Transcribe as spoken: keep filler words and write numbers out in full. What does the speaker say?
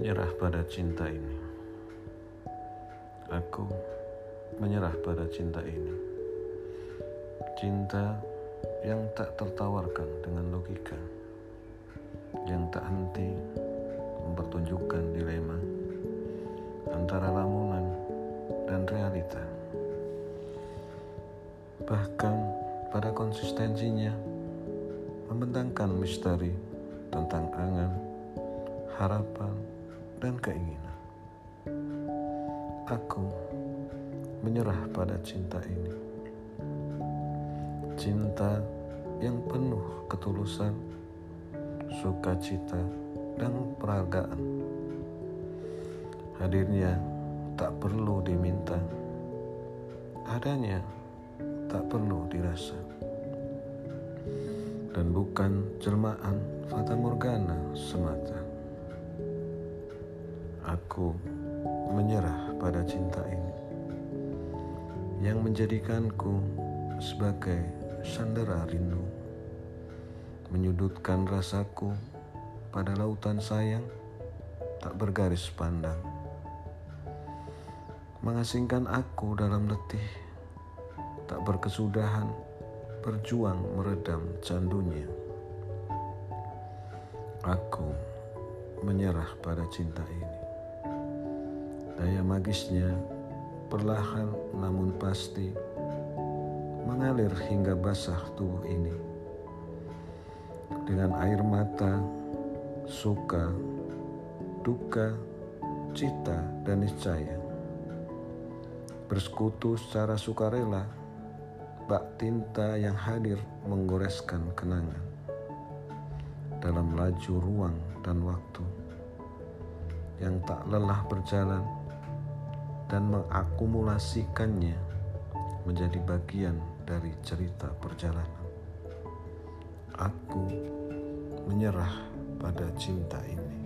menyerah pada cinta ini. Aku menyerah pada cinta ini. Cinta yang tak tertawarkan dengan logika, yang tak henti mempertunjukkan dilema antara lamunan dan realita. Bahkan pada konsistensinya membentangkan misteri tentang angan, harapan, dan keinginan. Aku menyerah pada cinta ini. Cinta yang penuh ketulusan, sukacita, dan peragaan. Hadirnya tak perlu diminta, adanya tak perlu dirasa. Dan bukan jelmaan fata morgana semata. Aku menyerah pada cinta ini, yang menjadikanku sebagai sandera rindu, menyudutkan rasaku pada lautan sayang tak bergaris pandang, mengasingkan aku dalam letih, tak berkesudahan berjuang meredam candunya. Aku menyerah pada cinta ini. Daya magisnya perlahan namun pasti mengalir hingga basah tubuh ini. Dengan air mata, suka, duka, cita, dan niscaya. Bersekutu secara sukarela, bak tinta yang hadir menggoreskan kenangan dalam laju ruang dan waktu yang tak lelah berjalan dan mengakumulasikannya menjadi bagian dari cerita perjalanan. Aku menyerah pada cinta ini.